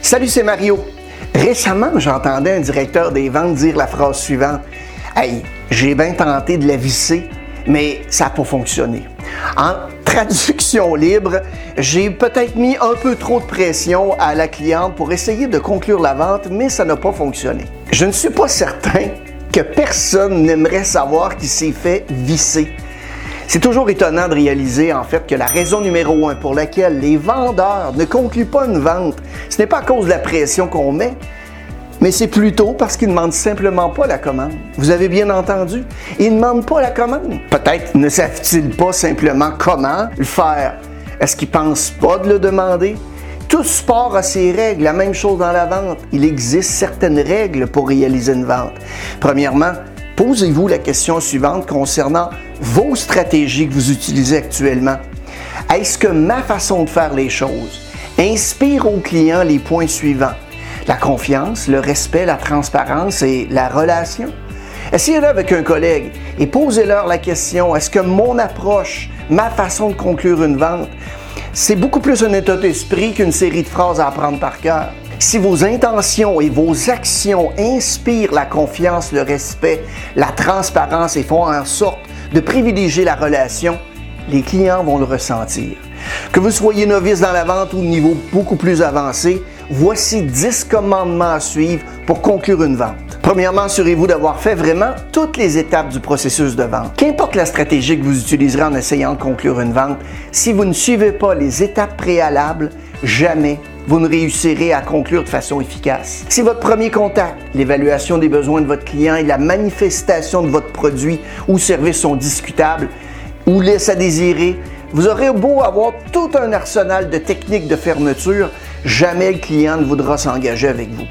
Salut, c'est Mario. Récemment, j'entendais un directeur des ventes dire la phrase suivante. « Hey, j'ai bien tenté de la visser, mais ça n'a pas fonctionné. » En traduction libre, j'ai peut-être mis un peu trop de pression à la cliente pour essayer de conclure la vente, mais ça n'a pas fonctionné. Je ne suis pas certain que personne n'aimerait savoir qui s'est fait visser. C'est toujours étonnant de réaliser en fait que la raison numéro 1 pour laquelle les vendeurs ne concluent pas une vente, ce n'est pas à cause de la pression qu'on met, mais c'est plutôt parce qu'ils ne demandent simplement pas la commande. Vous avez bien entendu? Ils ne demandent pas la commande. Peut-être ne savent-ils pas simplement comment le faire. Est-ce qu'ils ne pensent pas de le demander? Tout sport a ses règles, la même chose dans la vente. Il existe certaines règles pour réaliser une vente. Premièrement, posez-vous la question suivante concernant vos stratégies que vous utilisez actuellement. Est-ce que ma façon de faire les choses inspire aux clients les points suivants? La confiance, le respect, la transparence et la relation? Essayez-le avec un collègue et posez-leur la question, est-ce que mon approche, ma façon de conclure une vente, c'est beaucoup plus un état d'esprit qu'une série de phrases à apprendre par cœur? Si vos intentions et vos actions inspirent la confiance, le respect, la transparence et font en sorte de privilégier la relation, les clients vont le ressentir. Que vous soyez novice dans la vente ou au niveau beaucoup plus avancé, voici 10 commandements à suivre pour conclure une vente. Premièrement, assurez-vous d'avoir fait vraiment toutes les étapes du processus de vente. Qu'importe la stratégie que vous utiliserez en essayant de conclure une vente, si vous ne suivez pas les étapes préalables, jamais vous ne réussirez à conclure de façon efficace. Si votre premier contact, l'évaluation des besoins de votre client et la manifestation de votre produit ou service sont discutables ou laissent à désirer, vous aurez beau avoir tout un arsenal de techniques de fermeture, jamais le client ne voudra s'engager avec vous.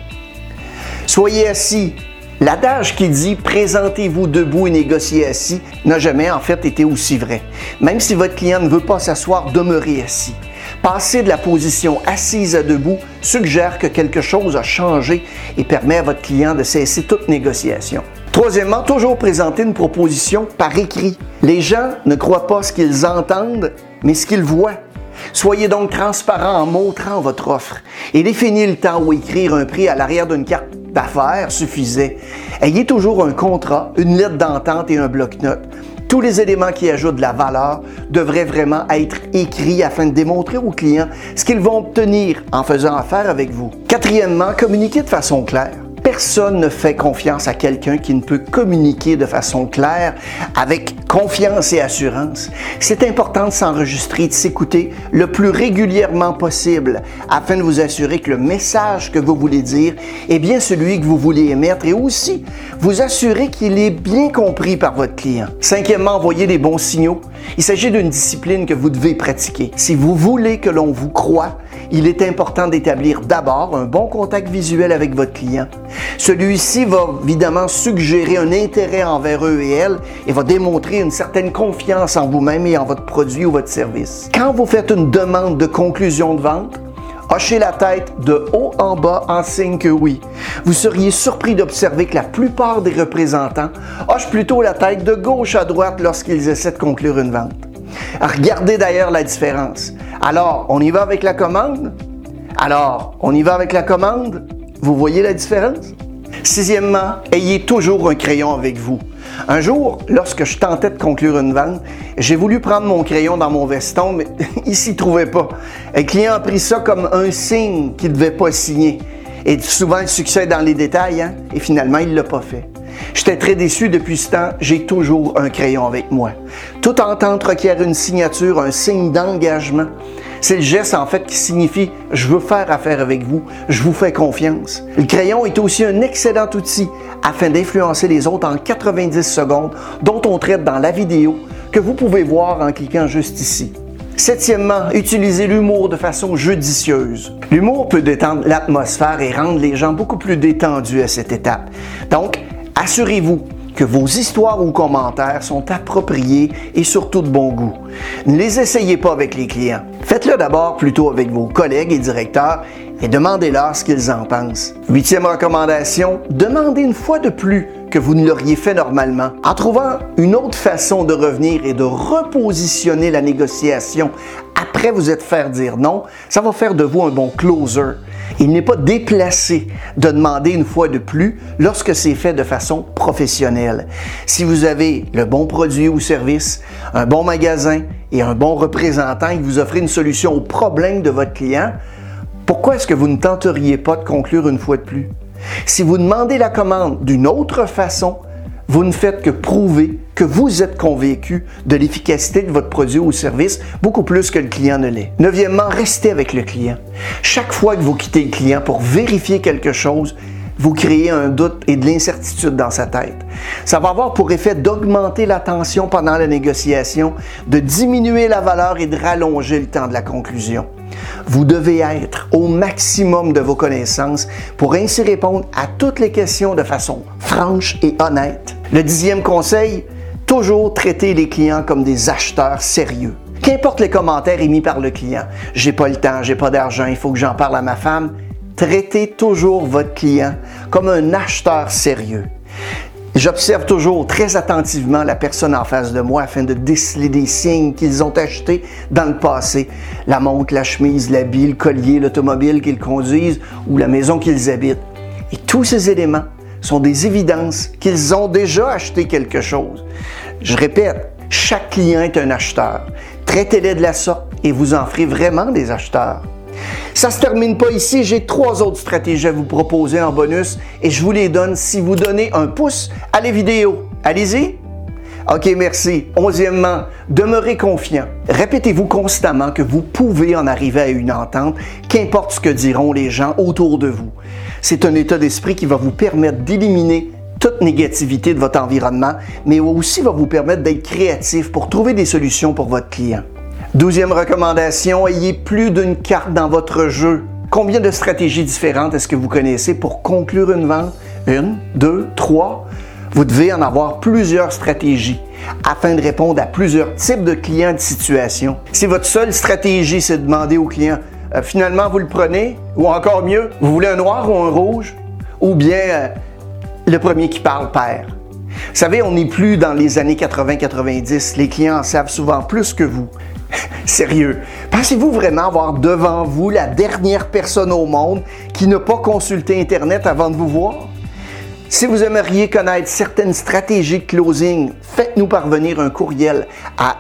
Soyez assis. L'adage qui dit « présentez-vous debout et négociez assis » n'a jamais en fait été aussi vrai. Même si votre client ne veut pas s'asseoir, demeurez assis. Passer de la position assise à debout suggère que quelque chose a changé et permet à votre client de cesser toute négociation. Troisièmement, toujours présenter une proposition par écrit. Les gens ne croient pas ce qu'ils entendent, mais ce qu'ils voient. Soyez donc transparent en montrant votre offre et définis le temps où écrire un prix à l'arrière d'une carte d'affaires suffisait. Ayez toujours un contrat, une lettre d'entente et un bloc-notes. Tous les éléments qui ajoutent de la valeur devraient vraiment être écrits afin de démontrer aux clients ce qu'ils vont obtenir en faisant affaire avec vous. Quatrièmement, communiquez de façon claire. Personne ne fait confiance à quelqu'un qui ne peut communiquer de façon claire, avec confiance et assurance. C'est important de s'enregistrer et de s'écouter le plus régulièrement possible afin de vous assurer que le message que vous voulez dire est bien celui que vous voulez émettre et aussi vous assurer qu'il est bien compris par votre client. Cinquièmement, envoyez des bons signaux. Il s'agit d'une discipline que vous devez pratiquer. Si vous voulez que l'on vous croie, il est important d'établir d'abord un bon contact visuel avec votre client. Celui-ci va évidemment suggérer un intérêt envers eux et elles et va démontrer une certaine confiance en vous-même et en votre produit ou votre service. Quand vous faites une demande de conclusion de vente, hochez la tête de haut en bas en signe que oui. Vous seriez surpris d'observer que la plupart des représentants hochent plutôt la tête de gauche à droite lorsqu'ils essaient de conclure une vente. Regardez d'ailleurs la différence. Alors, on y va avec la commande? Vous voyez la différence? Sixièmement, ayez toujours un crayon avec vous. Un jour, lorsque je tentais de conclure une vente, j'ai voulu prendre mon crayon dans mon veston, mais il ne s'y trouvait pas. Le client a pris ça comme un signe qu'il ne devait pas signer. Et souvent, le succès est dans les détails, et finalement, il ne l'a pas fait. J'étais très déçu depuis ce temps, j'ai toujours un crayon avec moi. Toute entente requiert une signature, un signe d'engagement. C'est le geste en fait qui signifie « je veux faire affaire avec vous, je vous fais confiance ». Le crayon est aussi un excellent outil afin d'influencer les autres en 90 secondes dont on traite dans la vidéo que vous pouvez voir en cliquant juste ici. Septièmement, utilisez l'humour de façon judicieuse. L'humour peut détendre l'atmosphère et rendre les gens beaucoup plus détendus à cette étape. Donc, assurez-vous que vos histoires ou commentaires sont appropriés et surtout de bon goût. Ne les essayez pas avec les clients. Faites-le d'abord plutôt avec vos collègues et directeurs et demandez-leur ce qu'ils en pensent. Huitième recommandation, demandez une fois de plus que vous ne l'auriez fait normalement. En trouvant une autre façon de revenir et de repositionner la négociation après vous êtes fait dire non, ça va faire de vous un bon closer. Il n'est pas déplacé de demander une fois de plus lorsque c'est fait de façon professionnelle. Si vous avez le bon produit ou service, un bon magasin et un bon représentant et que vous offrez une solution au problème de votre client, pourquoi est-ce que vous ne tenteriez pas de conclure une fois de plus? Si vous demandez la commande d'une autre façon, vous ne faites que prouver que vous êtes convaincu de l'efficacité de votre produit ou service beaucoup plus que le client ne l'est. Neuvièmement, restez avec le client. Chaque fois que vous quittez le client pour vérifier quelque chose, vous créez un doute et de l'incertitude dans sa tête. Ça va avoir pour effet d'augmenter la tension pendant la négociation, de diminuer la valeur et de rallonger le temps de la conclusion. Vous devez être au maximum de vos connaissances pour ainsi répondre à toutes les questions de façon franche et honnête. Le 10e conseil, toujours traiter les clients comme des acheteurs sérieux. Qu'importe les commentaires émis par le client, « j'ai pas le temps, j'ai pas d'argent, il faut que j'en parle à ma femme », traitez toujours votre client comme un acheteur sérieux. J'observe toujours très attentivement la personne en face de moi afin de déceler des signes qu'ils ont achetés dans le passé. La montre, la chemise, l'habit, le collier, l'automobile qu'ils conduisent ou la maison qu'ils habitent. Et tous ces éléments sont des évidences qu'ils ont déjà acheté quelque chose. Je répète, chaque client est un acheteur. Traitez-les de la sorte et vous en ferez vraiment des acheteurs. Ça ne se termine pas ici, j'ai 3 autres stratégies à vous proposer en bonus et je vous les donne si vous donnez un pouce à la vidéo. Allez-y! OK, merci. 11e, demeurez confiant. Répétez-vous constamment que vous pouvez en arriver à une entente, qu'importe ce que diront les gens autour de vous. C'est un état d'esprit qui va vous permettre d'éliminer toute négativité de votre environnement, mais aussi va vous permettre d'être créatif pour trouver des solutions pour votre client. 12e recommandation, ayez plus d'une carte dans votre jeu. Combien de stratégies différentes est-ce que vous connaissez pour conclure une vente? 1, 2, 3? Vous devez en avoir plusieurs stratégies afin de répondre à plusieurs types de clients et de situations. Si votre seule stratégie, c'est de demander au client « finalement, vous le prenez? » Ou encore mieux, « vous voulez un noir ou un rouge? » Ou bien « le premier qui parle perd. » Vous savez, on n'est plus dans les années 80-90. Les clients en savent souvent plus que vous. Sérieux, pensez-vous vraiment avoir devant vous la dernière personne au monde qui n'a pas consulté Internet avant de vous voir? Si vous aimeriez connaître certaines stratégies de closing, faites-nous parvenir un courriel à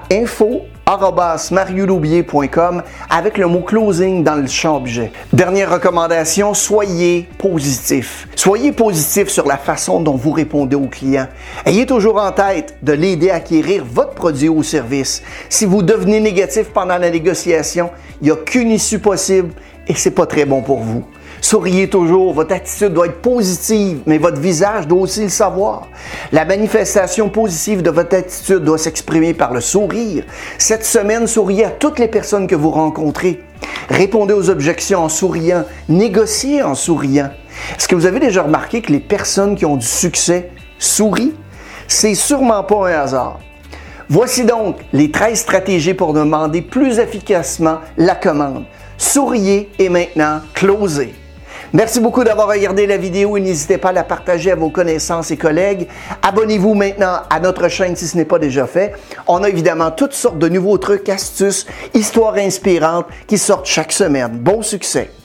info@mariouloubier.com avec le mot closing dans le champ objet. Dernière recommandation, soyez positif. Soyez positif sur la façon dont vous répondez aux clients. Ayez toujours en tête de l'aider à acquérir votre produit ou service. Si vous devenez négatif pendant la négociation, il n'y a qu'une issue possible et c'est pas très bon pour vous. Souriez toujours, votre attitude doit être positive, mais votre visage doit aussi le savoir. La manifestation positive de votre attitude doit s'exprimer par le sourire. Cette semaine, souriez à toutes les personnes que vous rencontrez. Répondez aux objections en souriant, négociez en souriant. Est-ce que vous avez déjà remarqué que les personnes qui ont du succès sourient? C'est sûrement pas un hasard. Voici donc les 13 stratégies pour demander plus efficacement la commande. Souriez et maintenant, closez. Merci beaucoup d'avoir regardé la vidéo et n'hésitez pas à la partager à vos connaissances et collègues. Abonnez-vous maintenant à notre chaîne si ce n'est pas déjà fait. On a évidemment toutes sortes de nouveaux trucs, astuces, histoires inspirantes qui sortent chaque semaine. Bon succès!